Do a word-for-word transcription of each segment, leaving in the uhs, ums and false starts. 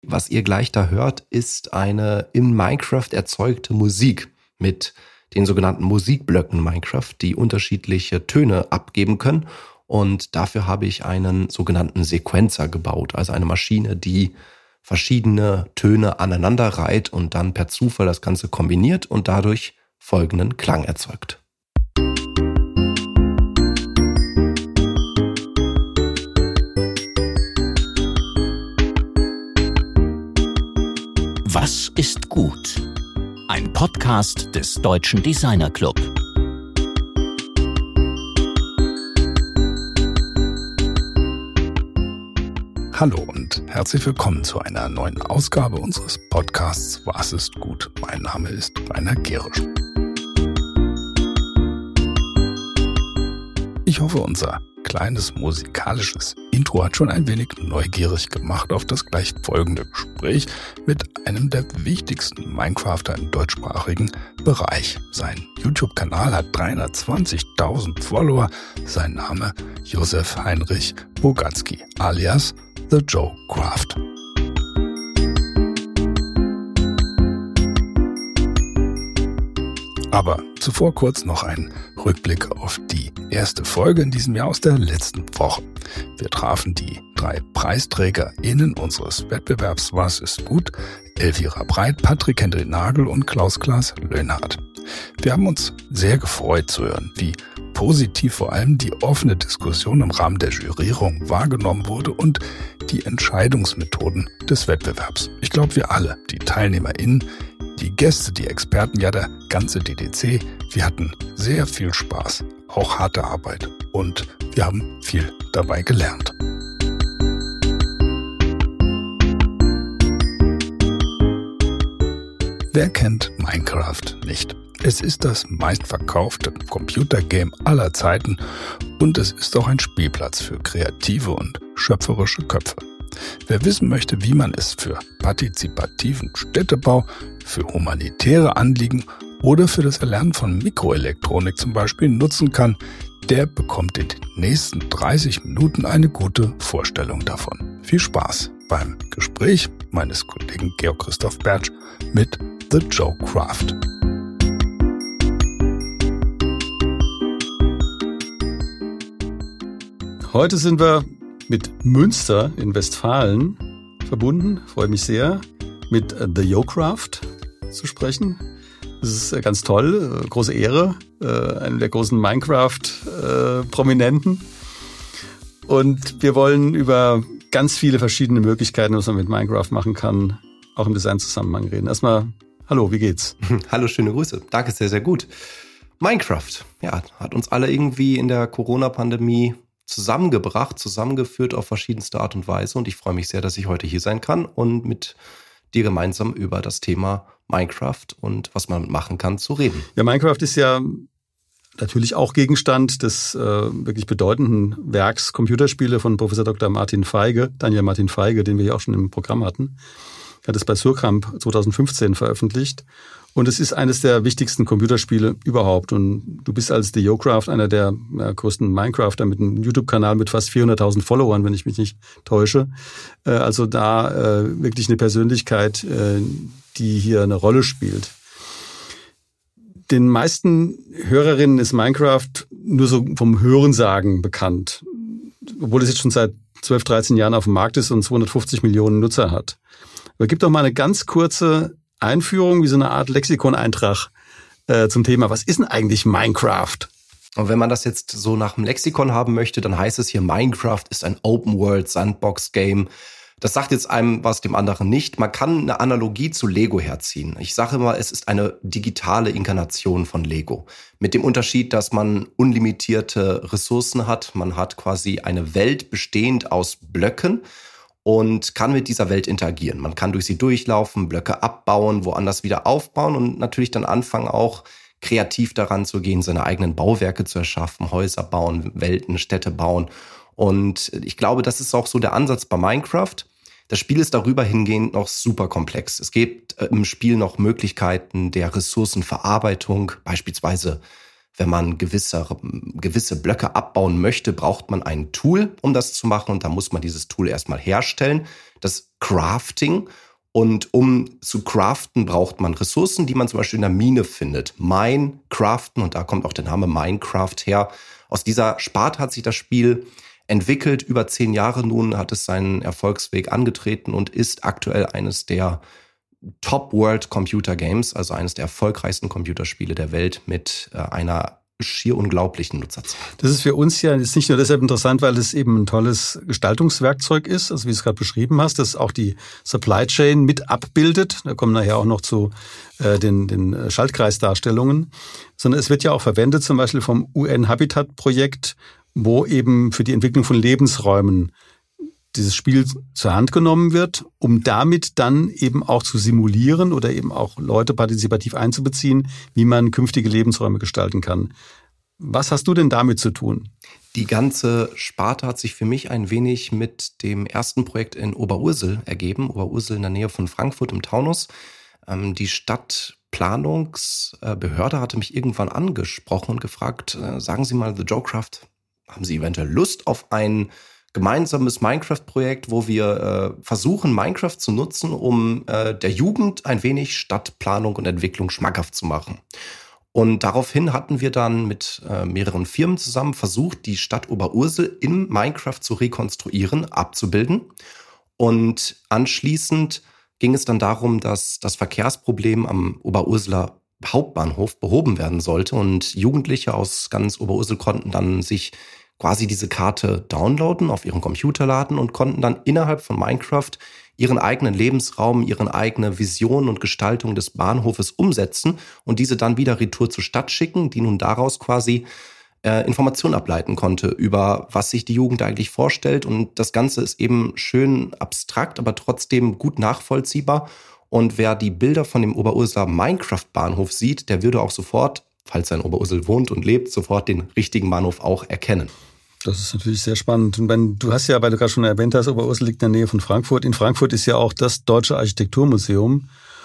Was ihr gleich da hört, ist eine in Minecraft erzeugte Musik mit den sogenannten Musikblöcken Minecraft, die unterschiedliche Töne abgeben können. Und dafür habe ich einen sogenannten Sequencer gebaut, also eine Maschine, die verschiedene Töne aneinander reiht und dann per Zufall das Ganze kombiniert und dadurch folgenden Klang erzeugt. Was ist gut? Ein Podcast des Deutschen Designer Club. Hallo und herzlich willkommen zu einer neuen Ausgabe unseres Podcasts Was ist gut? Mein Name ist Rainer Gerisch. Ich hoffe, unser kleines musikalisches Intro hat schon ein wenig neugierig gemacht auf das gleich folgende Gespräch mit einem der wichtigsten Minecrafter im deutschsprachigen Bereich. Sein YouTube-Kanal hat dreihundertzwanzigtausend Follower. Sein Name Josef Heinrich Bogatzki alias The Joe Craft. Aber zuvor kurz noch ein Rückblick auf die erste Folge in diesem Jahr aus der letzten Woche. Wir trafen die drei PreisträgerInnen unseres Wettbewerbs Was ist gut? Elvira Breit, Patrick Hendry Nagel und Klaus-Klaas Löhnhardt. Wir haben uns sehr gefreut zu hören, wie positiv vor allem die offene Diskussion im Rahmen der Jurierung wahrgenommen wurde und die Entscheidungsmethoden des Wettbewerbs. Ich glaube, wir alle, die TeilnehmerInnen, die Gäste, die Experten, ja der ganze D D C, wir hatten sehr viel Spaß, auch harte Arbeit und wir haben viel dabei gelernt. Wer kennt Minecraft nicht? Es ist das meistverkaufte Computergame aller Zeiten und es ist auch ein Spielplatz für kreative und schöpferische Köpfe. Wer wissen möchte, wie man es für partizipativen Städtebau, für humanitäre Anliegen oder für das Erlernen von Mikroelektronik zum Beispiel nutzen kann, der bekommt in den nächsten dreißig Minuten eine gute Vorstellung davon. Viel Spaß beim Gespräch meines Kollegen Georg Christoph Bertsch mit The Joe Craft. Heute sind wir mit Münster in Westfalen verbunden. Freue mich sehr, mit The Joe Craft zu sprechen. Das ist ganz toll, große Ehre, einem der großen Minecraft-Prominenten. Und wir wollen über ganz viele verschiedene Möglichkeiten, was man mit Minecraft machen kann, auch im Designzusammenhang reden. Erstmal, hallo, wie geht's? Hallo, schöne Grüße. Danke, sehr, sehr gut. Minecraft, ja, hat uns alle irgendwie in der Corona-Pandemie zusammengebracht, zusammengeführt auf verschiedenste Art und Weise. Und ich freue mich sehr, dass ich heute hier sein kann und mit dir gemeinsam über das Thema Minecraft und was man machen kann zu reden. Ja, Minecraft ist ja natürlich auch Gegenstand des äh, wirklich bedeutenden Werks Computerspiele von Professor Doktor Martin Feige, Daniel Martin Feige, den wir ja auch schon im Programm hatten. Er hat es bei Surkamp zweitausendfünfzehn veröffentlicht. Und es ist eines der wichtigsten Computerspiele überhaupt. Und du bist als The Joe Craft einer der ja, größten Minecrafter mit einem YouTube-Kanal mit fast vierhunderttausend Followern, wenn ich mich nicht täusche. Äh, also da äh, wirklich eine Persönlichkeit, äh, die hier eine Rolle spielt. Den meisten Hörerinnen ist Minecraft nur so vom Hörensagen bekannt. Obwohl es jetzt schon seit zwölf, dreizehn Jahren auf dem Markt ist und zweihundertfünfzig Millionen Nutzer hat. Aber gib doch mal eine ganz kurze Einführung, wie so eine Art Lexikoneintrag äh, zum Thema. Was ist denn eigentlich Minecraft? Und wenn man das jetzt so nach dem Lexikon haben möchte, dann heißt es hier, Minecraft ist ein Open-World-Sandbox-Game. Das sagt jetzt einem was, dem anderen nicht. Man kann eine Analogie zu Lego herziehen. Ich sage immer, es ist eine digitale Inkarnation von Lego. Mit dem Unterschied, dass man unlimitierte Ressourcen hat. Man hat quasi eine Welt bestehend aus Blöcken und kann mit dieser Welt interagieren. Man kann durch sie durchlaufen, Blöcke abbauen, woanders wieder aufbauen und natürlich dann anfangen auch kreativ daran zu gehen, seine eigenen Bauwerke zu erschaffen, Häuser bauen, Welten, Städte bauen. Und ich glaube, das ist auch so der Ansatz bei Minecraft. Das Spiel ist darüber hingehend noch super komplex. Es gibt im Spiel noch Möglichkeiten der Ressourcenverarbeitung, beispielsweise Wenn man gewisse, gewisse Blöcke abbauen möchte, braucht man ein Tool, um das zu machen. Und da muss man dieses Tool erstmal herstellen, das Crafting. Und um zu craften, braucht man Ressourcen, die man zum Beispiel in der Mine findet. Mine, craften, und da kommt auch der Name Minecraft her. Aus dieser Sparte hat sich das Spiel entwickelt. Über zehn Jahre nun hat es seinen Erfolgsweg angetreten und ist aktuell eines der Top World Computer Games, also eines der erfolgreichsten Computerspiele der Welt mit äh, einer schier unglaublichen Nutzerzahl. Das ist für uns ja jetzt nicht nur deshalb interessant, weil es eben ein tolles Gestaltungswerkzeug ist, also wie du es gerade beschrieben hast, das auch die Supply Chain mit abbildet. Da kommen nachher auch noch zu äh, den, den Schaltkreisdarstellungen. Sondern es wird ja auch verwendet, zum Beispiel vom U N-Habitat-Projekt, wo eben für die Entwicklung von Lebensräumen dieses Spiel zur Hand genommen wird, um damit dann eben auch zu simulieren oder eben auch Leute partizipativ einzubeziehen, wie man künftige Lebensräume gestalten kann. Was hast du denn damit zu tun? Die ganze Sparte hat sich für mich ein wenig mit dem ersten Projekt in Oberursel ergeben. Oberursel in der Nähe von Frankfurt im Taunus. Die Stadtplanungsbehörde hatte mich irgendwann angesprochen und gefragt, sagen Sie mal, The Joecraft, haben Sie eventuell Lust auf ein gemeinsames Minecraft-Projekt, wo wir äh, versuchen, Minecraft zu nutzen, um äh, der Jugend ein wenig Stadtplanung und Entwicklung schmackhaft zu machen. Und daraufhin hatten wir dann mit äh, mehreren Firmen zusammen versucht, die Stadt Oberursel in Minecraft zu rekonstruieren, abzubilden. Und anschließend ging es dann darum, dass das Verkehrsproblem am Oberurseler Hauptbahnhof behoben werden sollte. Und Jugendliche aus ganz Oberursel konnten dann sich quasi diese Karte downloaden, auf ihren Computer laden und konnten dann innerhalb von Minecraft ihren eigenen Lebensraum, ihre eigene Vision und Gestaltung des Bahnhofes umsetzen und diese dann wieder retour zur Stadt schicken, die nun daraus quasi äh, Informationen ableiten konnte über, was sich die Jugend eigentlich vorstellt. Und das Ganze ist eben schön abstrakt, aber trotzdem gut nachvollziehbar. Und wer die Bilder von dem Oberurseler Minecraft-Bahnhof sieht, der würde auch sofort, falls er in Oberursel wohnt und lebt, sofort den richtigen Bahnhof auch erkennen. Das ist natürlich sehr spannend. Und wenn, du hast ja, weil du gerade schon erwähnt hast, Oberursel liegt in der Nähe von Frankfurt. In Frankfurt ist ja auch das Deutsche Architekturmuseum.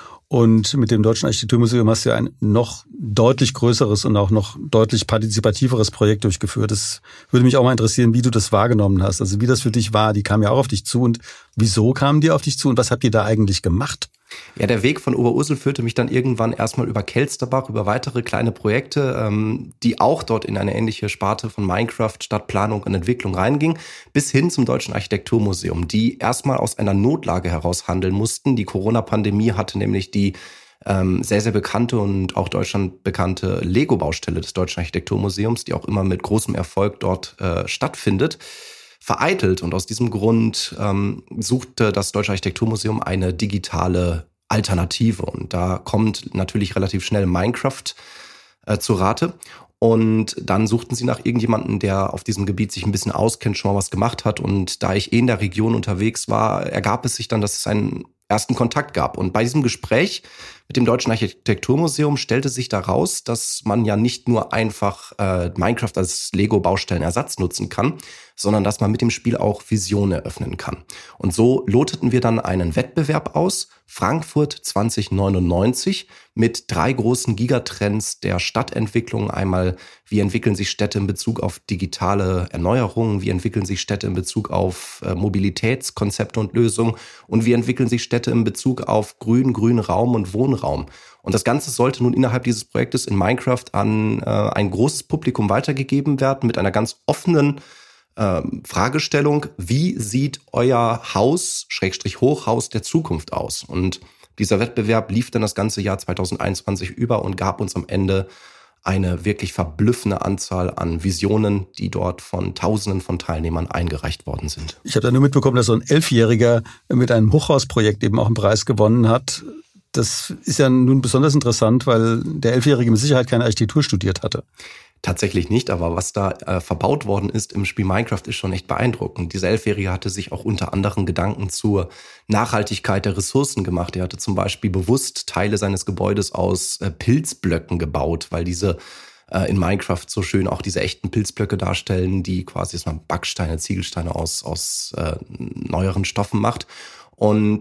Und mit dem Deutschen Architekturmuseum hast du ja ein noch deutlich größeres und auch noch deutlich partizipativeres Projekt durchgeführt. Das würde mich auch mal interessieren, wie du das wahrgenommen hast. Also wie das für dich war. Die kamen ja auch auf dich zu. Und wieso kamen die auf dich zu und was habt ihr da eigentlich gemacht? Ja, der Weg von Oberursel führte mich dann irgendwann erstmal über Kelsterbach, über weitere kleine Projekte, ähm, die auch dort in eine ähnliche Sparte von Minecraft, Stadtplanung und Entwicklung reinging, bis hin zum Deutschen Architekturmuseum, die erstmal aus einer Notlage heraus handeln mussten. Die Corona-Pandemie hatte nämlich die ähm, sehr, sehr bekannte und auch Deutschland bekannte Lego-Baustelle des Deutschen Architekturmuseums, die auch immer mit großem Erfolg dort äh, stattfindet, vereitelt. Und aus diesem Grund ähm, suchte das Deutsche Architekturmuseum eine digitale Alternative. Und da kommt natürlich relativ schnell Minecraft äh, zu Rate. Und dann suchten sie nach irgendjemandem, der auf diesem Gebiet sich ein bisschen auskennt, schon mal was gemacht hat. Und da ich eh in der Region unterwegs war, ergab es sich dann, dass es einen ersten Kontakt gab. Und bei diesem Gespräch mit dem Deutschen Architekturmuseum stellte sich daraus, dass man ja nicht nur einfach äh, Minecraft als Lego-Baustellenersatz nutzen kann, sondern dass man mit dem Spiel auch Visionen eröffnen kann. Und so loteten wir dann einen Wettbewerb aus, Frankfurt zwanzig neunundneunzig, mit drei großen Gigatrends der Stadtentwicklung. Einmal, wie entwickeln sich Städte in Bezug auf digitale Erneuerungen, wie entwickeln sich Städte in Bezug auf äh, Mobilitätskonzepte und Lösungen und wie entwickeln sich Städte in Bezug auf Grün, grünen Raum und Wohnraum. Und das Ganze sollte nun innerhalb dieses Projektes in Minecraft an äh, ein großes Publikum weitergegeben werden mit einer ganz offenen äh, Fragestellung: Wie sieht euer Haus, Schrägstrich Hochhaus der Zukunft aus? Und dieser Wettbewerb lief dann das ganze Jahr zwanzig einundzwanzig über und gab uns am Ende eine wirklich verblüffende Anzahl an Visionen, die dort von Tausenden von Teilnehmern eingereicht worden sind. Ich habe da nur mitbekommen, dass so ein Elfjähriger mit einem Hochhausprojekt eben auch einen Preis gewonnen hat. Das ist ja nun besonders interessant, weil der Elfjährige mit Sicherheit keine Architektur studiert hatte. Tatsächlich nicht, aber was da äh, verbaut worden ist im Spiel Minecraft ist schon echt beeindruckend. Dieser Elfjährige hatte sich auch unter anderem Gedanken zur Nachhaltigkeit der Ressourcen gemacht. Er hatte zum Beispiel bewusst Teile seines Gebäudes aus äh, Pilzblöcken gebaut, weil diese äh, in Minecraft so schön auch diese echten Pilzblöcke darstellen, die quasi erstmal Backsteine, Ziegelsteine aus, aus äh, neueren Stoffen macht. Und ich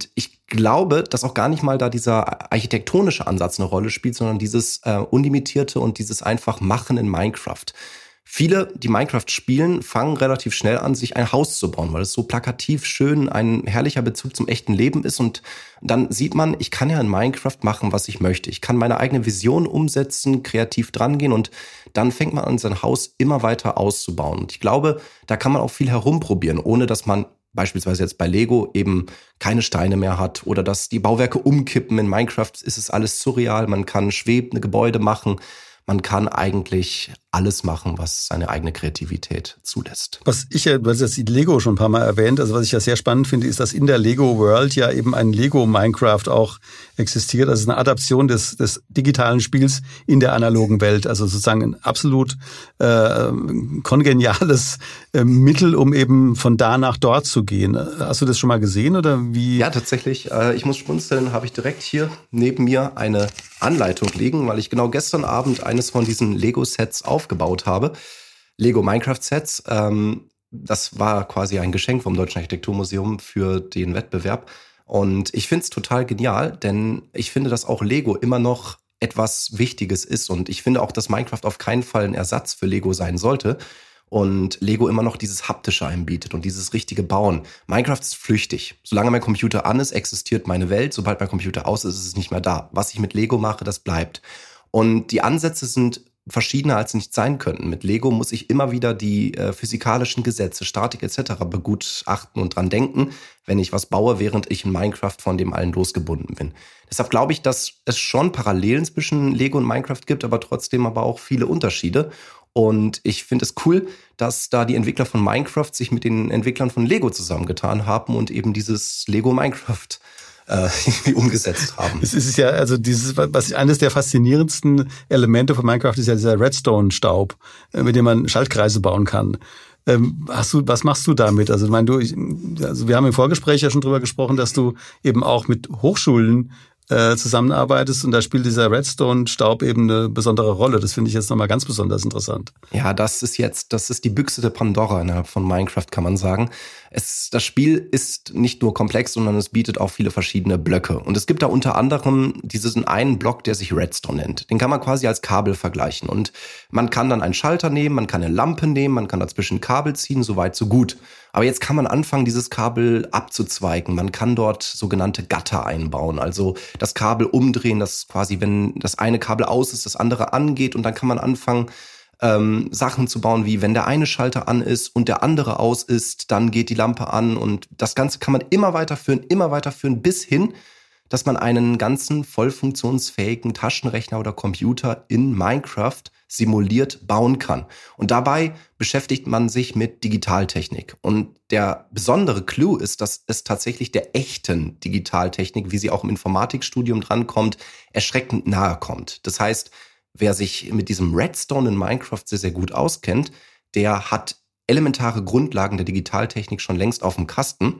glaube, dass auch gar nicht mal da dieser architektonische Ansatz eine Rolle spielt, sondern dieses äh, Unlimitierte und dieses einfach Machen in Minecraft. Viele, die Minecraft spielen, fangen relativ schnell an, sich ein Haus zu bauen, weil es so plakativ schön ein herrlicher Bezug zum echten Leben ist. Und dann sieht man, ich kann ja in Minecraft machen, was ich möchte. Ich kann meine eigene Vision umsetzen, kreativ drangehen und dann fängt man an, sein Haus immer weiter auszubauen. Und ich glaube, da kann man auch viel herumprobieren, ohne dass man beispielsweise jetzt bei Lego eben keine Steine mehr hat oder dass die Bauwerke umkippen. In Minecraft ist es alles surreal, man kann schwebende Gebäude machen. Man kann eigentlich alles machen, was seine eigene Kreativität zulässt. Was ich ja, du hast jetzt Lego schon ein paar Mal erwähnt, also was ich ja sehr spannend finde, ist, dass in der Lego World ja eben ein Lego Minecraft auch existiert. Also eine Adaption des, des digitalen Spiels in der analogen Welt. Also sozusagen ein absolut äh, kongeniales äh, Mittel, um eben von da nach dort zu gehen. Hast du das schon mal gesehen oder wie? Ja, tatsächlich. Äh, ich muss schmunzeln, habe ich direkt hier neben mir eine Anleitung liegen, weil ich genau gestern Abend eines von diesen Lego-Sets aufgebaut habe. Lego Minecraft-Sets. Ähm, das war quasi ein Geschenk vom Deutschen Architekturmuseum für den Wettbewerb. Und ich finde es total genial, denn ich finde, dass auch Lego immer noch etwas Wichtiges ist. Und ich finde auch, dass Minecraft auf keinen Fall ein Ersatz für Lego sein sollte. Und Lego immer noch dieses Haptische einbietet und dieses richtige Bauen. Minecraft ist flüchtig. Solange mein Computer an ist, existiert meine Welt. Sobald mein Computer aus ist, ist es nicht mehr da. Was ich mit Lego mache, das bleibt. Und die Ansätze sind verschiedener, als sie nicht sein könnten. Mit Lego muss ich immer wieder die äh, physikalischen Gesetze, Statik et cetera begutachten und dran denken, wenn ich was baue, während ich in Minecraft von dem allen losgebunden bin. Deshalb glaube ich, dass es schon Parallelen zwischen Lego und Minecraft gibt, aber trotzdem aber auch viele Unterschiede. Und ich finde es cool, dass da die Entwickler von Minecraft sich mit den Entwicklern von Lego zusammengetan haben und eben dieses Lego Minecraft äh, irgendwie umgesetzt haben. Es ist ja, also dieses, was eines der faszinierendsten Elemente von Minecraft ist ja dieser Redstone-Staub, mit dem man Schaltkreise bauen kann. Ähm, hast du, was machst du damit? Also, ich meine, du, ich, also wir haben im Vorgespräch ja schon drüber gesprochen, dass du eben auch mit Hochschulen äh, zusammenarbeitest und da spielt dieser Redstone-Staub eben eine besondere Rolle. Das finde ich jetzt nochmal ganz besonders interessant. Ja, das ist jetzt, das ist die Büchse der Pandora innerhalb von Minecraft, kann man sagen. Es, das Spiel ist nicht nur komplex, sondern es bietet auch viele verschiedene Blöcke. Und es gibt da unter anderem diesen einen Block, der sich Redstone nennt. Den kann man quasi als Kabel vergleichen. Und man kann dann einen Schalter nehmen, man kann eine Lampe nehmen, man kann dazwischen Kabel ziehen, so weit, so gut. Aber jetzt kann man anfangen, dieses Kabel abzuzweigen. Man kann dort sogenannte Gatter einbauen. Also das Kabel umdrehen, dass quasi, wenn das eine Kabel aus ist, das andere angeht. Und dann kann man anfangen, ähm, Sachen zu bauen, wie wenn der eine Schalter an ist und der andere aus ist, dann geht die Lampe an. Und das Ganze kann man immer weiterführen, immer weiterführen, bis hin, dass man einen ganzen voll funktionsfähigen Taschenrechner oder Computer in Minecraft simuliert bauen kann. Und dabei beschäftigt man sich mit Digitaltechnik. Und der besondere Clou ist, dass es tatsächlich der echten Digitaltechnik, wie sie auch im Informatikstudium drankommt, erschreckend nahe kommt. Das heißt, wer sich mit diesem Redstone in Minecraft sehr, sehr gut auskennt, der hat elementare Grundlagen der Digitaltechnik schon längst auf dem Kasten.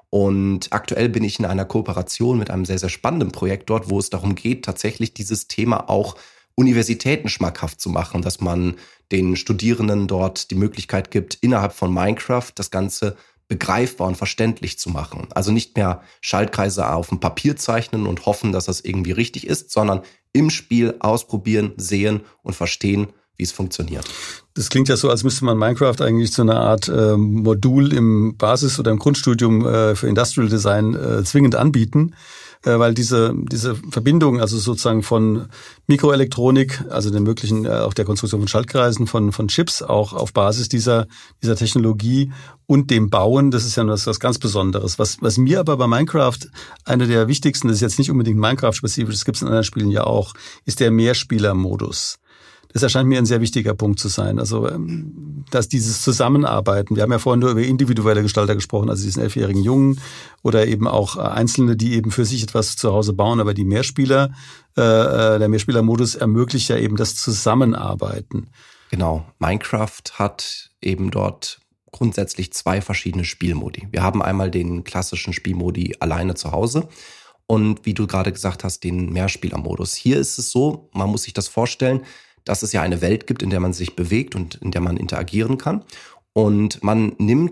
Und aktuell bin ich in einer Kooperation mit einem sehr, sehr spannenden Projekt dort, wo es darum geht, tatsächlich dieses Thema auch Universitäten schmackhaft zu machen, dass man den Studierenden dort die Möglichkeit gibt, innerhalb von Minecraft das Ganze begreifbar und verständlich zu machen. Also nicht mehr Schaltkreise auf dem Papier zeichnen und hoffen, dass das irgendwie richtig ist, sondern im Spiel ausprobieren, sehen und verstehen, wie es funktioniert. Das klingt ja so, als müsste man Minecraft eigentlich zu einer Art äh, Modul im Basis- oder im Grundstudium äh, für Industrial Design äh, zwingend anbieten, äh, weil diese diese Verbindung, also sozusagen von Mikroelektronik, also den möglichen, äh, auch der Konstruktion von Schaltkreisen, von von Chips, auch auf Basis dieser dieser Technologie und dem Bauen, das ist ja was, was ganz Besonderes. Was was mir aber bei Minecraft eine der wichtigsten, das ist jetzt nicht unbedingt Minecraft-spezifisch, das gibt es in anderen Spielen ja auch, ist der Mehrspieler-Modus. Das erscheint mir ein sehr wichtiger Punkt zu sein. Also, dass dieses Zusammenarbeiten, wir haben ja vorhin nur über individuelle Gestalter gesprochen, also diesen elfjährigen Jungen oder eben auch Einzelne, die eben für sich etwas zu Hause bauen, aber die Mehrspieler, äh, der Mehrspielermodus ermöglicht ja eben das Zusammenarbeiten. Genau. Minecraft hat eben dort grundsätzlich zwei verschiedene Spielmodi. Wir haben einmal den klassischen Spielmodi alleine zu Hause und wie du gerade gesagt hast, den Mehrspielermodus. Hier ist es so, man muss sich das vorstellen, dass es ja eine Welt gibt, in der man sich bewegt und in der man interagieren kann. Und man nimmt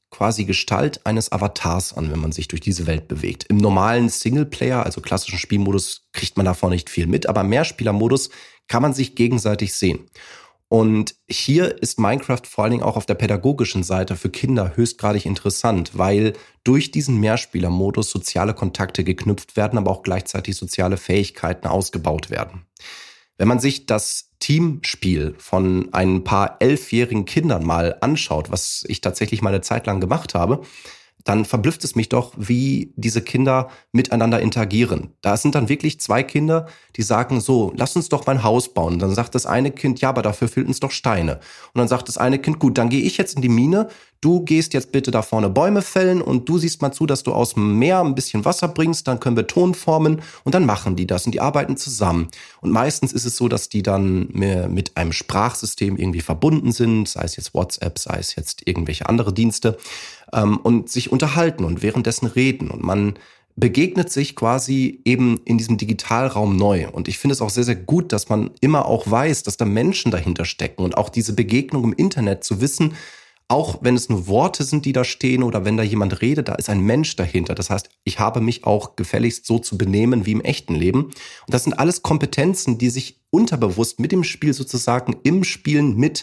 quasi Gestalt eines Avatars an, wenn man sich durch diese Welt bewegt. Im normalen Singleplayer, also klassischen Spielmodus, kriegt man davon nicht viel mit, aber im Mehrspielermodus kann man sich gegenseitig sehen. Und hier ist Minecraft vor allen Dingen auch auf der pädagogischen Seite für Kinder höchstgradig interessant, weil durch diesen Mehrspielermodus soziale Kontakte geknüpft werden, aber auch gleichzeitig soziale Fähigkeiten ausgebaut werden. Wenn man sich das Teamspiel von ein paar elfjährigen Kindern mal anschaut, was ich tatsächlich mal eine Zeit lang gemacht habe, dann verblüfft es mich doch, wie diese Kinder miteinander interagieren. Da sind dann wirklich zwei Kinder, die sagen so, lass uns doch mal ein Haus bauen. Und dann sagt das eine Kind, ja, aber dafür fehlen uns doch Steine. Und dann sagt das eine Kind, gut, dann gehe ich jetzt in die Mine, du gehst jetzt bitte da vorne Bäume fällen und du siehst mal zu, dass du aus dem Meer ein bisschen Wasser bringst, dann können wir Ton formen und dann machen die das und die arbeiten zusammen. Und meistens ist es so, dass die dann mit einem Sprachsystem irgendwie verbunden sind, sei es jetzt WhatsApp, sei es jetzt irgendwelche andere Dienste, und sich unterhalten und währenddessen reden. Und man begegnet sich quasi eben in diesem Digitalraum neu. Und ich finde es auch sehr, sehr gut, dass man immer auch weiß, dass da Menschen dahinter stecken und auch diese Begegnung im Internet zu wissen, auch wenn es nur Worte sind, die da stehen oder wenn da jemand redet, da ist ein Mensch dahinter. Das heißt, ich habe mich auch gefälligst so zu benehmen wie im echten Leben. Und das sind alles Kompetenzen, die sich unterbewusst mit dem Spiel sozusagen im Spielen mit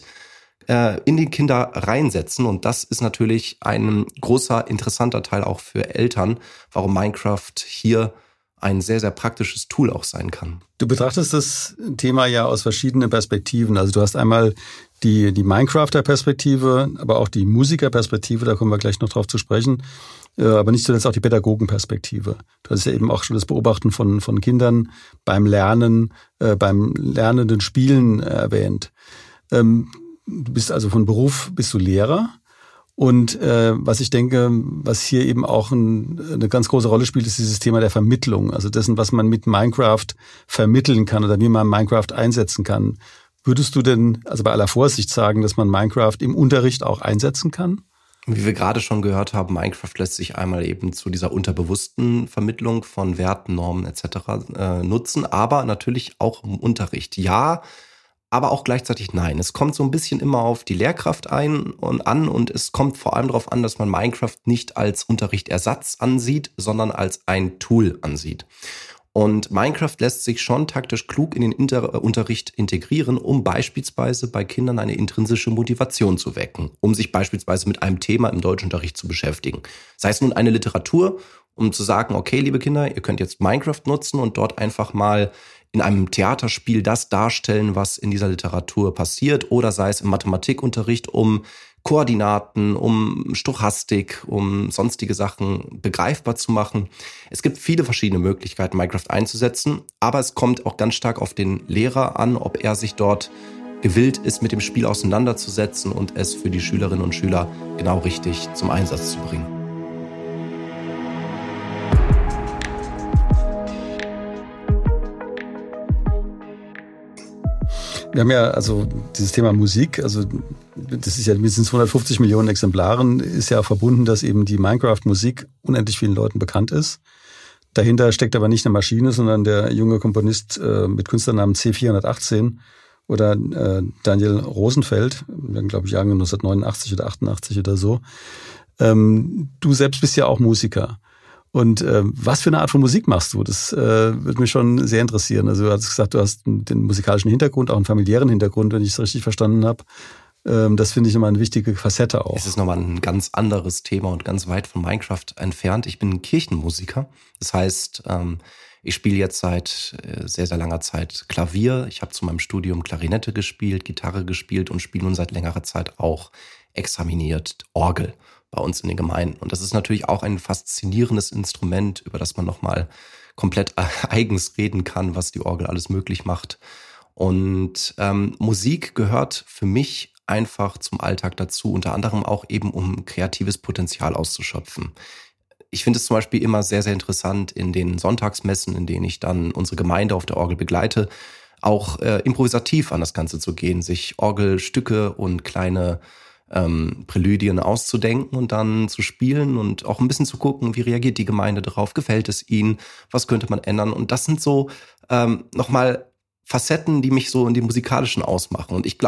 in die Kinder reinsetzen. Und das ist natürlich ein großer, interessanter Teil auch für Eltern, warum Minecraft hier ein sehr, sehr praktisches Tool auch sein kann. Du betrachtest das Thema ja aus verschiedenen Perspektiven. Also du hast einmal die, die Minecrafter-Perspektive, aber auch die Musiker-Perspektive, da kommen wir gleich noch drauf zu sprechen, aber nicht zuletzt auch die Pädagogen-Perspektive. Du hast ja eben auch schon das Beobachten von, von Kindern beim Lernen, äh, beim lernenden Spielen erwähnt. Ähm, Du bist also von Beruf, bist du Lehrer. Und äh, was ich denke, was hier eben auch ein, eine ganz große Rolle spielt, ist dieses Thema der Vermittlung. Also dessen, was man mit Minecraft vermitteln kann oder wie man Minecraft einsetzen kann. Würdest du denn, also bei aller Vorsicht sagen, dass man Minecraft im Unterricht auch einsetzen kann? Wie wir gerade schon gehört haben, Minecraft lässt sich einmal eben zu dieser unterbewussten Vermittlung von Werten, Normen et cetera äh, nutzen, aber natürlich auch im Unterricht. Ja, aber auch gleichzeitig nein. Es kommt so ein bisschen immer auf die Lehrkraft ein und an und es kommt vor allem darauf an, dass man Minecraft nicht als Unterrichtersatz ansieht, sondern als ein Tool ansieht. Und Minecraft lässt sich schon taktisch klug in den Inter- Unterricht integrieren, um beispielsweise bei Kindern eine intrinsische Motivation zu wecken, um sich beispielsweise mit einem Thema im Deutschunterricht zu beschäftigen. Sei es nun eine Literatur, um zu sagen, okay, liebe Kinder, ihr könnt jetzt Minecraft nutzen und dort einfach mal in einem Theaterspiel das darstellen, was in dieser Literatur passiert, oder sei es im Mathematikunterricht, um Koordinaten, um Stochastik, um sonstige Sachen begreifbar zu machen. Es gibt viele verschiedene Möglichkeiten, Minecraft einzusetzen, aber es kommt auch ganz stark auf den Lehrer an, ob er sich dort gewillt ist, mit dem Spiel auseinanderzusetzen und es für die Schülerinnen und Schüler genau richtig zum Einsatz zu bringen. Wir haben ja also dieses Thema Musik, also das ist ja mit diesen zweihundertfünfzig Millionen Exemplaren, ist ja verbunden, dass eben die Minecraft-Musik unendlich vielen Leuten bekannt ist. Dahinter steckt aber nicht eine Maschine, sondern der junge Komponist äh, mit Künstlernamen C vierhundertachtzehn oder äh, Daniel Rosenfeld, glaube ich, Jahrgang neunzehnhundertneunundachtzig oder achtundachtzig oder so. Ähm, du selbst bist ja auch Musiker. Und äh, was für eine Art von Musik machst du? Das äh, würde mich schon sehr interessieren. Also du hast gesagt, du hast den musikalischen Hintergrund, auch einen familiären Hintergrund, wenn ich es richtig verstanden habe. Ähm, das finde ich nochmal eine wichtige Facette auch. Es ist nochmal ein ganz anderes Thema und ganz weit von Minecraft entfernt. Ich bin ein Kirchenmusiker. Das heißt, ähm, ich spiele jetzt seit äh, sehr, sehr langer Zeit Klavier. Ich habe zu meinem Studium Klarinette gespielt, Gitarre gespielt und spiele nun seit längerer Zeit auch examiniert Orgel bei uns in den Gemeinden. Und das ist natürlich auch ein faszinierendes Instrument, über das man nochmal komplett eigens reden kann, was die Orgel alles möglich macht. Und ähm, Musik gehört für mich einfach zum Alltag dazu, unter anderem auch eben, um kreatives Potenzial auszuschöpfen. Ich finde es zum Beispiel immer sehr, sehr interessant in den Sonntagsmessen, in denen ich dann unsere Gemeinde auf der Orgel begleite, auch äh, improvisativ an das Ganze zu gehen, sich Orgelstücke und kleine ähm, Präludien auszudenken und dann zu spielen und auch ein bisschen zu gucken, wie reagiert die Gemeinde darauf, gefällt es ihnen, was könnte man ändern. Und das sind so ähm, nochmal Facetten, die mich so in dem Musikalischen ausmachen. Und ich glaube,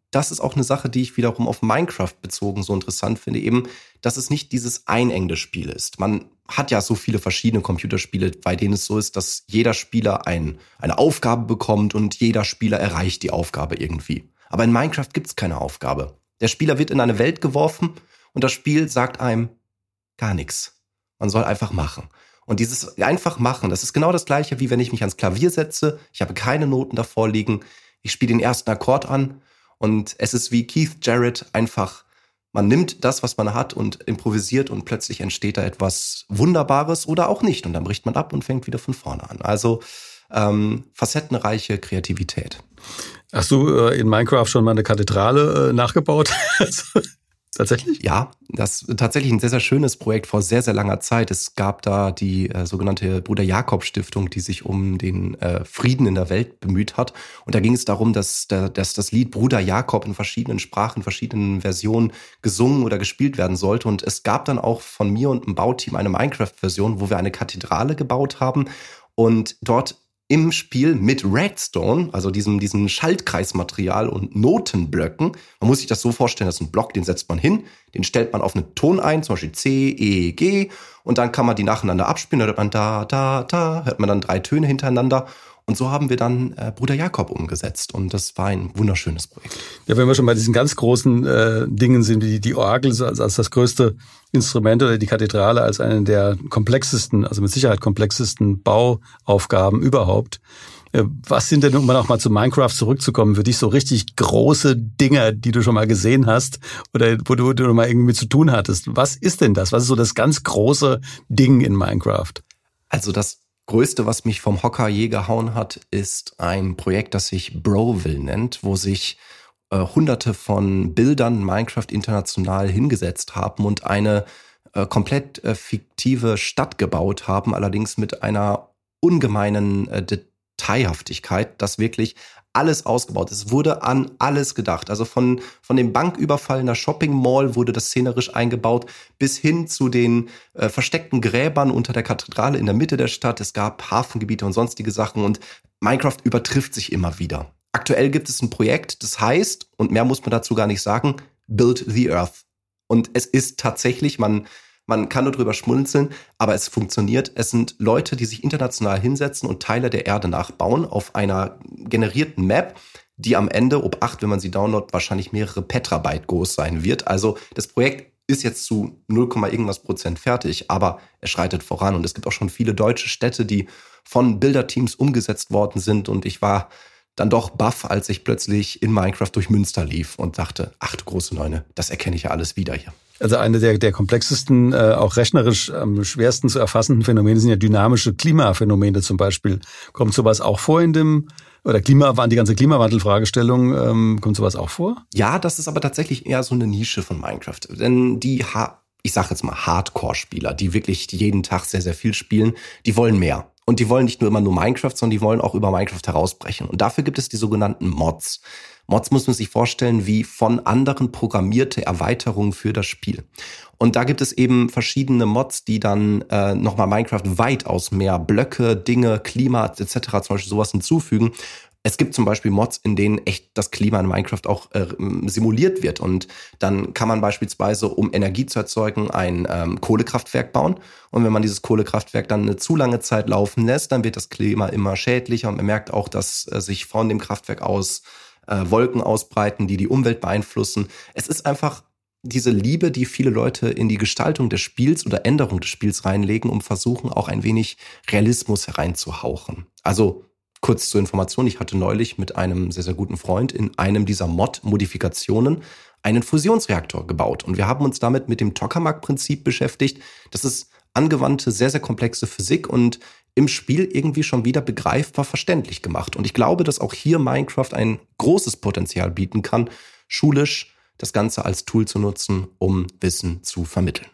das ist auch eine Sache, die ich wiederum auf Minecraft bezogen so interessant finde, eben, dass es nicht dieses einengende Spiel ist. Man hat ja so viele verschiedene Computerspiele, bei denen es so ist, dass jeder Spieler ein, eine Aufgabe bekommt und jeder Spieler erreicht die Aufgabe irgendwie. Aber in Minecraft gibt es keine Aufgabe. Der Spieler wird in eine Welt geworfen und das Spiel sagt einem gar nichts. Man soll einfach machen. Und dieses einfach machen, das ist genau das Gleiche, wie wenn ich mich ans Klavier setze. Ich habe keine Noten davor liegen. Ich spiele den ersten Akkord an und es ist wie Keith Jarrett einfach, man nimmt das, was man hat und improvisiert und plötzlich entsteht da etwas Wunderbares oder auch nicht. Und dann bricht man ab und fängt wieder von vorne an. Also ähm, facettenreiche Kreativität. Hast du äh, in Minecraft schon mal eine Kathedrale äh, nachgebaut? Tatsächlich? Ja, das ist tatsächlich ein sehr, sehr schönes Projekt vor sehr, sehr langer Zeit. Es gab da die äh, sogenannte Bruder-Jakob-Stiftung, die sich um den äh, Frieden in der Welt bemüht hat. Und da ging es darum, dass, der, dass das Lied Bruder Jakob in verschiedenen Sprachen, verschiedenen Versionen gesungen oder gespielt werden sollte. Und es gab dann auch von mir und einem Bauteam eine Minecraft-Version, wo wir eine Kathedrale gebaut haben und dort im Spiel mit Redstone, also diesem, diesem Schaltkreismaterial und Notenblöcken. Man muss sich das so vorstellen, das ist ein Block, den setzt man hin, den stellt man auf einen Ton ein, zum Beispiel C, E, G, und dann kann man die nacheinander abspielen, da hört man da, da, da, hört man dann drei Töne hintereinander. Und so haben wir dann äh, Bruder Jakob umgesetzt und das war ein wunderschönes Projekt. Ja, wenn wir schon bei diesen ganz großen äh, Dingen sind, wie die Orgel als, als das größte Instrument oder die Kathedrale als eine der komplexesten, also mit Sicherheit komplexesten Bauaufgaben überhaupt. Äh, was sind denn, um auch mal zu Minecraft zurückzukommen, für dich so richtig große Dinge, die du schon mal gesehen hast oder wo du, wo du mal irgendwie mit zu tun hattest? Was ist denn das? Was ist so das ganz große Ding in Minecraft? Also das Größte, was mich vom Hocker je gehauen hat, ist ein Projekt, das sich Broville nennt, wo sich äh, hunderte von Bildern Minecraft international hingesetzt haben und eine äh, komplett äh, fiktive Stadt gebaut haben, allerdings mit einer ungemeinen äh, Detailhaftigkeit, dass wirklich alles ausgebaut ist. Es wurde an alles gedacht. Also von, von dem Banküberfall in der Shopping Mall wurde das szenerisch eingebaut, bis hin zu den äh, versteckten Gräbern unter der Kathedrale in der Mitte der Stadt. Es gab Hafengebiete und sonstige Sachen und Minecraft übertrifft sich immer wieder. Aktuell gibt es ein Projekt, das heißt, und mehr muss man dazu gar nicht sagen, Build the Earth. Und es ist tatsächlich, man Man kann nur drüber schmunzeln, aber es funktioniert. Es sind Leute, die sich international hinsetzen und Teile der Erde nachbauen auf einer generierten Map, die am Ende, ob acht, wenn man sie downloadet, wahrscheinlich mehrere Petabyte groß sein wird. Also das Projekt ist jetzt zu null, irgendwas Prozent fertig, aber es schreitet voran. Und es gibt auch schon viele deutsche Städte, die von Bilderteams umgesetzt worden sind. Und ich war dann doch baff, als ich plötzlich in Minecraft durch Münster lief und dachte, ach du große Neune, das erkenne ich ja alles wieder hier. Also eine der, der komplexesten, äh, auch rechnerisch am schwersten zu erfassenden Phänomene sind ja dynamische Klimaphänomene zum Beispiel. Kommt sowas auch vor in dem, oder Klima, die ganze Klimawandelfragestellung, ähm, kommt sowas auch vor? Ja, das ist aber tatsächlich eher so eine Nische von Minecraft. Denn die, ha- ich sag jetzt mal Hardcore-Spieler, die wirklich jeden Tag sehr, sehr viel spielen, die wollen mehr. Und die wollen nicht nur immer nur Minecraft, sondern die wollen auch über Minecraft herausbrechen. Und dafür gibt es die sogenannten Mods. Mods muss man sich vorstellen wie von anderen programmierte Erweiterungen für das Spiel. Und da gibt es eben verschiedene Mods, die dann äh, nochmal Minecraft weitaus mehr Blöcke, Dinge, Klima et cetera zum Beispiel sowas hinzufügen. Es gibt zum Beispiel Mods, in denen echt das Klima in Minecraft auch äh, simuliert wird. Und dann kann man beispielsweise, um Energie zu erzeugen, ein ähm, Kohlekraftwerk bauen. Und wenn man dieses Kohlekraftwerk dann eine zu lange Zeit laufen lässt, dann wird das Klima immer schädlicher. Und man merkt auch, dass äh, sich von dem Kraftwerk aus äh, Wolken ausbreiten, die die Umwelt beeinflussen. Es ist einfach diese Liebe, die viele Leute in die Gestaltung des Spiels oder Änderung des Spiels reinlegen, um versuchen, auch ein wenig Realismus hereinzuhauchen. Also kurz zur Information, ich hatte neulich mit einem sehr, sehr guten Freund in einem dieser Mod-Modifikationen einen Fusionsreaktor gebaut. Und wir haben uns damit mit dem Tokamak-Prinzip beschäftigt. Das ist angewandte, sehr, sehr komplexe Physik und im Spiel irgendwie schon wieder begreifbar verständlich gemacht. Und ich glaube, dass auch hier Minecraft ein großes Potenzial bieten kann, schulisch das Ganze als Tool zu nutzen, um Wissen zu vermitteln.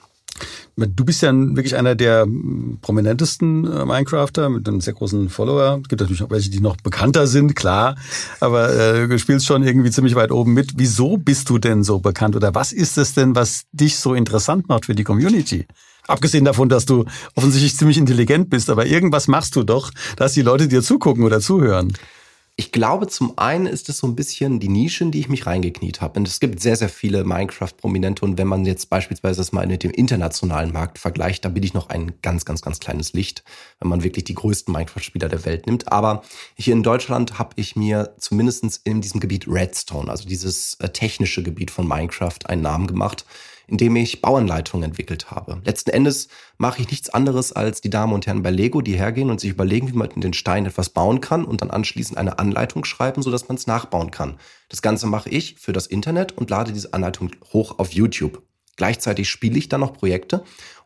Du bist ja wirklich einer der prominentesten Minecrafter mit einem sehr großen Follower. Es gibt natürlich auch welche, die noch bekannter sind, klar. Aber äh, du spielst schon irgendwie ziemlich weit oben mit. Wieso bist du denn so bekannt? Oder was ist es denn, was dich so interessant macht für die Community? Abgesehen davon, dass du offensichtlich ziemlich intelligent bist, aber irgendwas machst du doch, dass die Leute dir zugucken oder zuhören. Ich glaube, zum einen ist es so ein bisschen die Nische, in die ich mich reingekniet habe. Und es gibt sehr, sehr viele Minecraft-Prominente. Und wenn man jetzt beispielsweise das mal mit dem internationalen Markt vergleicht, da bin ich noch ein ganz, ganz, ganz kleines Licht, wenn man wirklich die größten Minecraft-Spieler der Welt nimmt. Aber hier in Deutschland habe ich mir zumindest in diesem Gebiet Redstone, also dieses äh, technische Gebiet von Minecraft, einen Namen gemacht, indem ich Bauanleitungen entwickelt habe. Letzten Endes mache ich nichts anderes als die Damen und Herren bei Lego, die hergehen und sich überlegen, wie man in den Steinen etwas bauen kann und dann anschließend eine Anleitung schreiben, sodass man es nachbauen kann. Das Ganze mache ich für das Internet und lade diese Anleitung hoch auf YouTube. Gleichzeitig spiele ich dann noch Projekte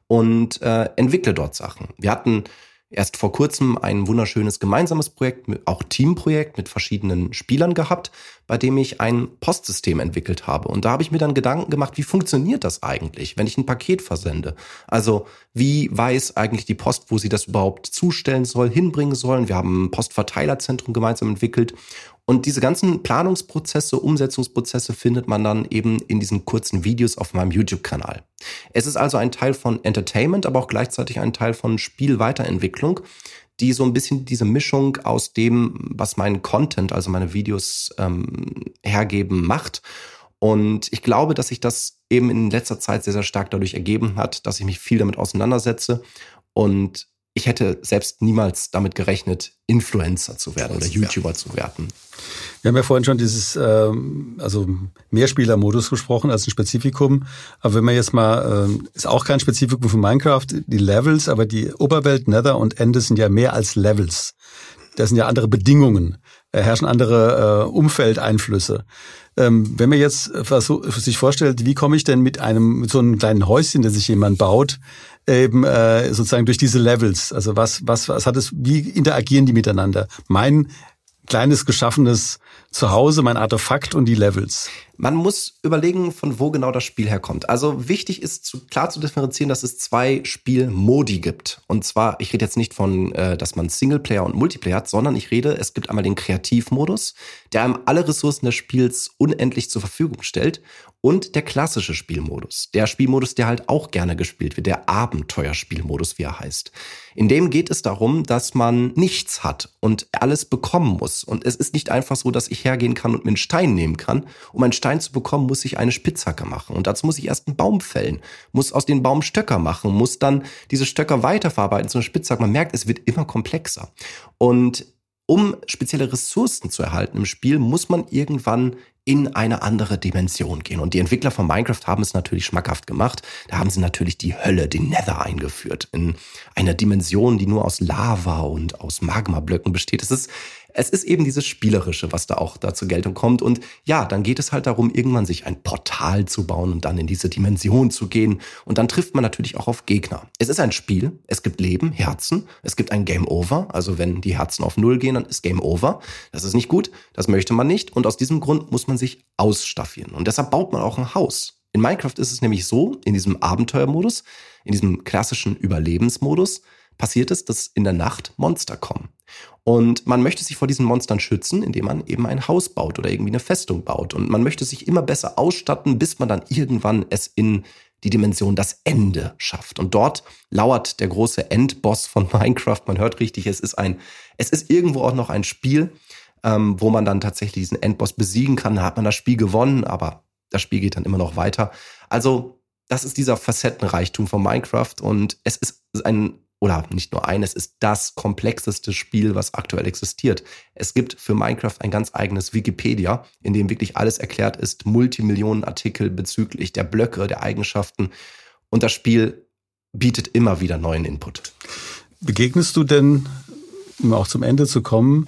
und äh, entwickle dort Sachen. Wir hatten erst vor kurzem ein wunderschönes gemeinsames Projekt, auch Teamprojekt mit verschiedenen Spielern gehabt, bei dem ich ein Postsystem entwickelt habe. Und da habe ich mir dann Gedanken gemacht, wie funktioniert das eigentlich, wenn ich ein Paket versende? Also wie weiß eigentlich die Post, wo sie das überhaupt zustellen soll, hinbringen sollen? Wir haben ein Postverteilerzentrum gemeinsam entwickelt. Und diese ganzen Planungsprozesse, Umsetzungsprozesse findet man dann eben in diesen kurzen Videos auf meinem YouTube-Kanal. Es ist also ein Teil von Entertainment, aber auch gleichzeitig ein Teil von Spielweiterentwicklung, die so ein bisschen diese Mischung aus dem, was mein Content, also meine Videos ähm, hergeben, macht. Und ich glaube, dass sich das eben in letzter Zeit sehr, sehr stark dadurch ergeben hat, dass ich mich viel damit auseinandersetze. Und ich hätte selbst niemals damit gerechnet, Influencer zu werden oder YouTuber zu werden. Wir haben ja vorhin schon dieses ähm, also Mehrspieler-Modus gesprochen als ein Spezifikum. Aber wenn man jetzt mal, ähm, ist auch kein Spezifikum von Minecraft, die Levels, aber die Oberwelt, Nether und Ende sind ja mehr als Levels. Das sind ja andere Bedingungen, da herrschen andere äh, Umfeldeinflüsse. Ähm, wenn man jetzt versuch, sich vorstellt, wie komme ich denn mit einem mit so einem kleinen Häuschen, das sich jemand baut, eben äh, sozusagen durch diese Levels. Also was was was hat es? Wie interagieren die miteinander? Mein kleines geschaffenes Zuhause, mein Artefakt und die Levels. Man muss überlegen, von wo genau das Spiel herkommt. Also wichtig ist zu, klar zu differenzieren, dass es zwei Spielmodi gibt. Und zwar, ich rede jetzt nicht von, äh, dass man Singleplayer und Multiplayer hat, sondern ich rede, es gibt einmal den Kreativmodus, der einem alle Ressourcen des Spiels unendlich zur Verfügung stellt, und der klassische Spielmodus. Der Spielmodus, der halt auch gerne gespielt wird, der Abenteuerspielmodus, wie er heißt. In dem geht es darum, dass man nichts hat und alles bekommen muss. Und es ist nicht einfach so, dass ich hergehen kann und mir einen Stein nehmen kann. Um einen Stein zu bekommen, muss ich eine Spitzhacke machen. Und dazu muss ich erst einen Baum fällen, muss aus den Baum Stöcker machen, muss dann diese Stöcker weiterverarbeiten zu einer Spitzhacke. Man merkt, es wird immer komplexer. Und um spezielle Ressourcen zu erhalten im Spiel, muss man irgendwann in eine andere Dimension gehen. Und die Entwickler von Minecraft haben es natürlich schmackhaft gemacht. Da haben sie natürlich die Hölle, den Nether eingeführt. In einer Dimension, die nur aus Lava und aus Magmablöcken besteht. Es ist, es ist eben dieses Spielerische, was da auch da zur Geltung kommt. Und ja, dann geht es halt darum, irgendwann sich ein Portal zu bauen und dann in diese Dimension zu gehen. Und dann trifft man natürlich auch auf Gegner. Es ist ein Spiel. Es gibt Leben, Herzen. Es gibt ein Game Over. Also wenn die Herzen auf Null gehen, dann ist Game Over. Das ist nicht gut. Das möchte man nicht. Und aus diesem Grund muss man sich ausstaffieren. Und deshalb baut man auch ein Haus. In Minecraft ist es nämlich so, in diesem Abenteuermodus, in diesem klassischen Überlebensmodus, passiert es, dass in der Nacht Monster kommen. Und man möchte sich vor diesen Monstern schützen, indem man eben ein Haus baut oder irgendwie eine Festung baut. Und man möchte sich immer besser ausstatten, bis man dann irgendwann es in die Dimension das Ende schafft. Und dort lauert der große Endboss von Minecraft. Man hört richtig, es ist ein, es ist irgendwo auch noch ein Spiel, ähm, wo man dann tatsächlich diesen Endboss besiegen kann. Da hat man das Spiel gewonnen, aber das Spiel geht dann immer noch weiter. Also das ist dieser Facettenreichtum von Minecraft und es ist ein, oder nicht nur ein, es ist das komplexeste Spiel, was aktuell existiert. Es gibt für Minecraft ein ganz eigenes Wikipedia, in dem wirklich alles erklärt ist, Multimillionen Artikel bezüglich der Blöcke, der Eigenschaften, und das Spiel bietet immer wieder neuen Input. Begegnest du denn, um auch zum Ende zu kommen,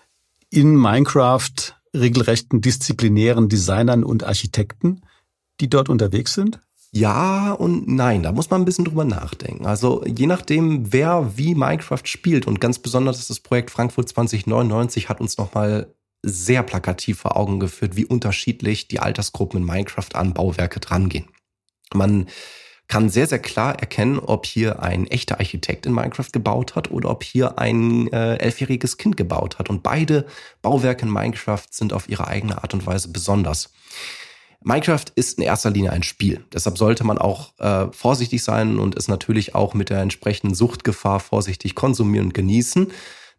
in Minecraft regelrechten disziplinären Designern und Architekten, die dort unterwegs sind? Ja und nein, da muss man ein bisschen drüber nachdenken. Also je nachdem, wer wie Minecraft spielt, und ganz besonders das Projekt Frankfurt zwanzig neunundneunzig hat uns nochmal sehr plakativ vor Augen geführt, wie unterschiedlich die Altersgruppen in Minecraft an Bauwerke drangehen. Man kann sehr, sehr klar erkennen, ob hier ein echter Architekt in Minecraft gebaut hat oder ob hier ein äh, elfjähriges Kind gebaut hat. Und beide Bauwerke in Minecraft sind auf ihre eigene Art und Weise besonders. Minecraft ist in erster Linie ein Spiel. Deshalb sollte man auch äh, vorsichtig sein und es natürlich auch mit der entsprechenden Suchtgefahr vorsichtig konsumieren und genießen.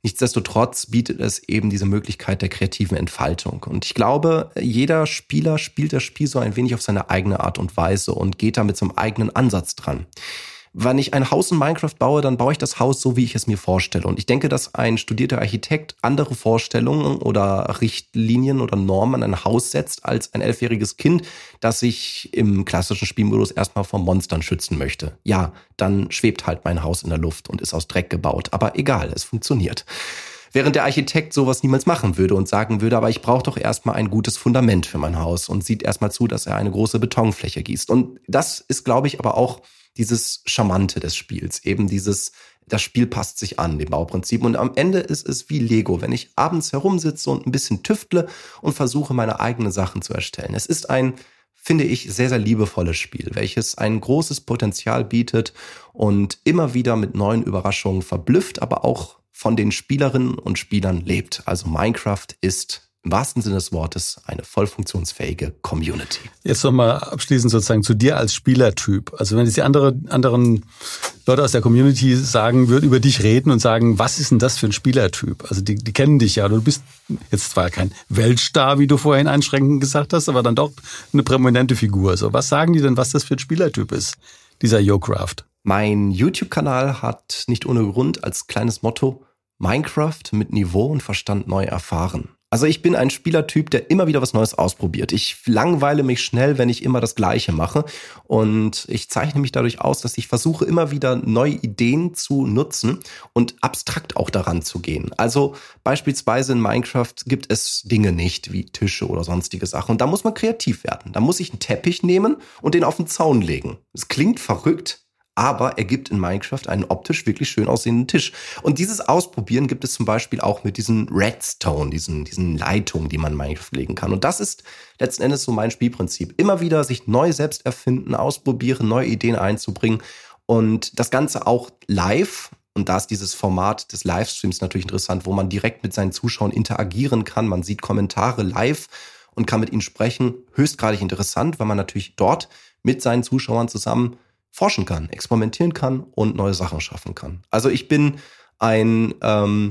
Nichtsdestotrotz bietet es eben diese Möglichkeit der kreativen Entfaltung. Und ich glaube, jeder Spieler spielt das Spiel so ein wenig auf seine eigene Art und Weise und geht da mit so einem eigenen Ansatz dran. Wenn ich ein Haus in Minecraft baue, dann baue ich das Haus so, wie ich es mir vorstelle. Und ich denke, dass ein studierter Architekt andere Vorstellungen oder Richtlinien oder Normen an ein Haus setzt, als ein elfjähriges Kind, das sich im klassischen Spielmodus erstmal vor Monstern schützen möchte. Ja, dann schwebt halt mein Haus in der Luft und ist aus Dreck gebaut. Aber egal, es funktioniert. Während der Architekt sowas niemals machen würde und sagen würde, aber ich brauche doch erstmal ein gutes Fundament für mein Haus und sieht erstmal zu, dass er eine große Betonfläche gießt. Und das ist, glaube ich, aber auch dieses Charmante des Spiels, eben dieses, das Spiel passt sich an, dem Bauprinzip. Und am Ende ist es wie Lego, wenn ich abends herumsitze und ein bisschen tüftle und versuche, meine eigenen Sachen zu erstellen. Es ist ein, finde ich, sehr, sehr liebevolles Spiel, welches ein großes Potenzial bietet und immer wieder mit neuen Überraschungen verblüfft, aber auch von den Spielerinnen und Spielern lebt. Also Minecraft ist im wahrsten Sinne des Wortes eine voll funktionsfähige Community. Jetzt nochmal abschließend sozusagen zu dir als Spielertyp. Also wenn jetzt die andere, anderen Leute aus der Community sagen würden, über dich reden und sagen, was ist denn das für ein Spielertyp? Also die, die kennen dich ja. Du bist jetzt zwar kein Weltstar, wie du vorhin einschränkend gesagt hast, aber dann doch eine prominente Figur. Also was sagen die denn, was das für ein Spielertyp ist, dieser YoCraft? Mein YouTube-Kanal hat nicht ohne Grund als kleines Motto Minecraft mit Niveau und Verstand neu erfahren. Also ich bin ein Spielertyp, der immer wieder was Neues ausprobiert. Ich langweile mich schnell, wenn ich immer das Gleiche mache. Und ich zeichne mich dadurch aus, dass ich versuche, immer wieder neue Ideen zu nutzen und abstrakt auch daran zu gehen. Also beispielsweise in Minecraft gibt es Dinge nicht, wie Tische oder sonstige Sachen. Und da muss man kreativ werden. Da muss ich einen Teppich nehmen und den auf den Zaun legen. Es klingt verrückt, aber er gibt in Minecraft einen optisch wirklich schön aussehenden Tisch. Und dieses Ausprobieren gibt es zum Beispiel auch mit diesen Redstone, diesen, diesen Leitungen, die man in Minecraft legen kann. Und das ist letzten Endes so mein Spielprinzip. Immer wieder sich neu selbst erfinden, ausprobieren, neue Ideen einzubringen und das Ganze auch live. Und da ist dieses Format des Livestreams natürlich interessant, wo man direkt mit seinen Zuschauern interagieren kann. Man sieht Kommentare live und kann mit ihnen sprechen. Höchstgradig interessant, weil man natürlich dort mit seinen Zuschauern zusammen forschen kann, experimentieren kann und neue Sachen schaffen kann. Also ich bin ein ähm,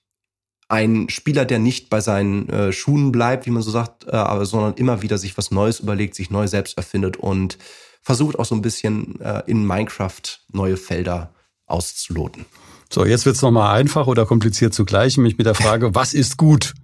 ein Spieler, der nicht bei seinen äh, Schuhen bleibt, wie man so sagt, äh, aber sondern immer wieder sich was Neues überlegt, sich neu selbst erfindet und versucht auch so ein bisschen äh, in Minecraft neue Felder auszuloten. So, jetzt wird's nochmal einfach oder kompliziert zugleich, nämlich mit der Frage, was ist gut?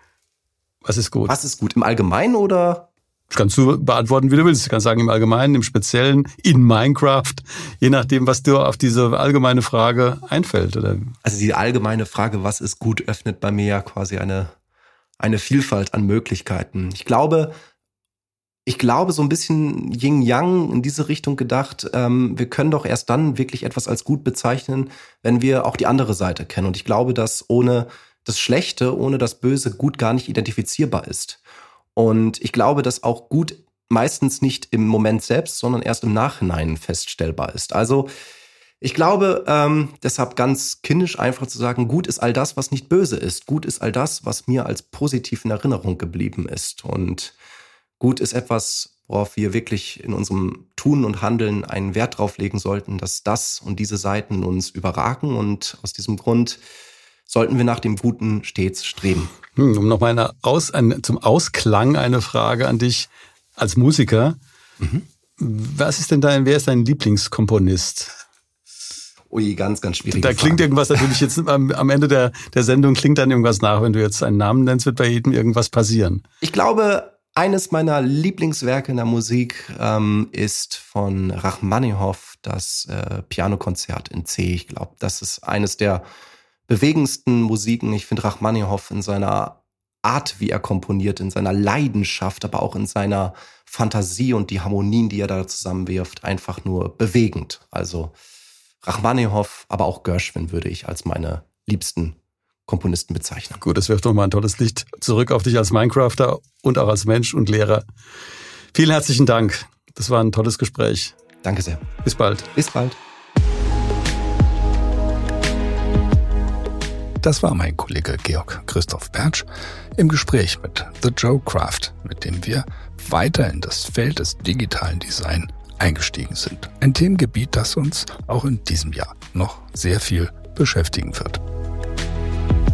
Was ist gut? Was ist gut? Im Allgemeinen oder? Das kannst du beantworten, wie du willst. Du kannst sagen, im Allgemeinen, im Speziellen, in Minecraft, je nachdem, was dir auf diese allgemeine Frage einfällt. Oder? Also die allgemeine Frage, was ist gut, öffnet bei mir ja quasi eine, eine Vielfalt an Möglichkeiten. Ich glaube, ich glaube, so ein bisschen Yin-Yang in diese Richtung gedacht, ähm, wir können doch erst dann wirklich etwas als gut bezeichnen, wenn wir auch die andere Seite kennen. Und ich glaube, dass ohne das Schlechte, ohne das Böse gut gar nicht identifizierbar ist. Und ich glaube, dass auch gut meistens nicht im Moment selbst, sondern erst im Nachhinein feststellbar ist. Also ich glaube, ähm, deshalb ganz kindisch einfach zu sagen, gut ist all das, was nicht böse ist. Gut ist all das, was mir als positiv in Erinnerung geblieben ist. Und gut ist etwas, worauf wir wirklich in unserem Tun und Handeln einen Wert drauf legen sollten, dass das und diese Seiten uns überragen. Und aus diesem Grund sollten wir nach dem Guten stets streben. Hm, um nochmal eine Aus, ein, zum Ausklang eine Frage an dich als Musiker. Mhm. Was ist denn dein, wer ist dein Lieblingskomponist? Ui, ganz, ganz schwierig. Da Frage. Klingt irgendwas natürlich jetzt am, am Ende der, der Sendung klingt dann irgendwas nach. Wenn du jetzt einen Namen nennst, wird bei jedem irgendwas passieren. Ich glaube, eines meiner Lieblingswerke in der Musik ähm, ist von Rachmaninoff, das äh, Pianokonzert in C. Ich glaube, das ist eines der bewegendsten Musiken. Ich finde Rachmaninoff in seiner Art, wie er komponiert, in seiner Leidenschaft, aber auch in seiner Fantasie und die Harmonien, die er da zusammenwirft, einfach nur bewegend. Also Rachmaninoff, aber auch Gershwin würde ich als meine liebsten Komponisten bezeichnen. Gut, das wirft nochmal ein tolles Licht zurück auf dich als Minecrafter und auch als Mensch und Lehrer. Vielen herzlichen Dank. Das war ein tolles Gespräch. Danke sehr. Bis bald. Bis bald. Das war mein Kollege Georg Christoph Pertsch im Gespräch mit The YoCraft, mit dem wir weiter in das Feld des digitalen Design eingestiegen sind. Ein Themengebiet, das uns auch in diesem Jahr noch sehr viel beschäftigen wird.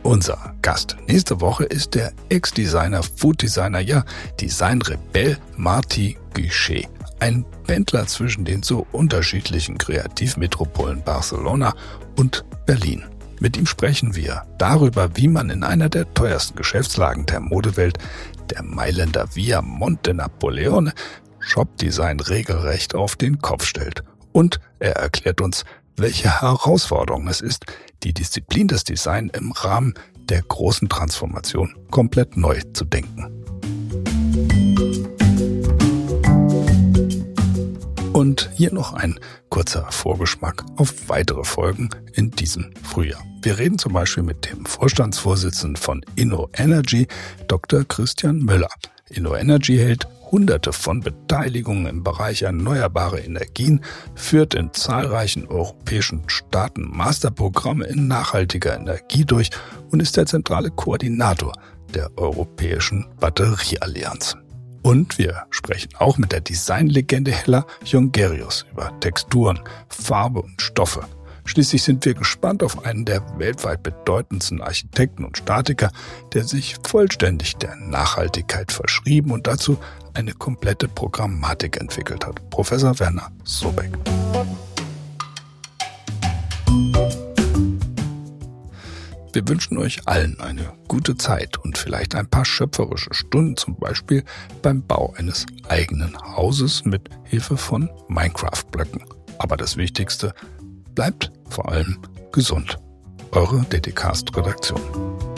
Unser Gast nächste Woche ist der Ex-Designer, Food-Designer, ja, Design-Rebell Marty Guichet. Ein Pendler zwischen den so unterschiedlichen Kreativmetropolen Barcelona und Berlin. Mit ihm sprechen wir darüber, wie man in einer der teuersten Geschäftslagen der Modewelt, der Mailänder Via Monte Napoleone, Shopdesign regelrecht auf den Kopf stellt. Und er erklärt uns, welche Herausforderung es ist, die Disziplin des Design im Rahmen der großen Transformation komplett neu zu denken. Und hier noch ein kurzer Vorgeschmack auf weitere Folgen in diesem Frühjahr. Wir reden zum Beispiel mit dem Vorstandsvorsitzenden von InnoEnergy, Doktor Christian Müller. InnoEnergy hält Hunderte von Beteiligungen im Bereich erneuerbare Energien, führt in zahlreichen europäischen Staaten Masterprogramme in nachhaltiger Energie durch und ist der zentrale Koordinator der Europäischen Batterieallianz. Und wir sprechen auch mit der Designlegende Hella Jongerius über Texturen, Farbe und Stoffe. Schließlich sind wir gespannt auf einen der weltweit bedeutendsten Architekten und Statiker, der sich vollständig der Nachhaltigkeit verschrieben und dazu eine komplette Programmatik entwickelt hat. Professor Werner Sobeck. Wir wünschen euch allen eine gute Zeit und vielleicht ein paar schöpferische Stunden, zum Beispiel beim Bau eines eigenen Hauses mit Hilfe von Minecraft-Blöcken. Aber das Wichtigste, bleibt vor allem gesund. Eure D D Cast-Redaktion.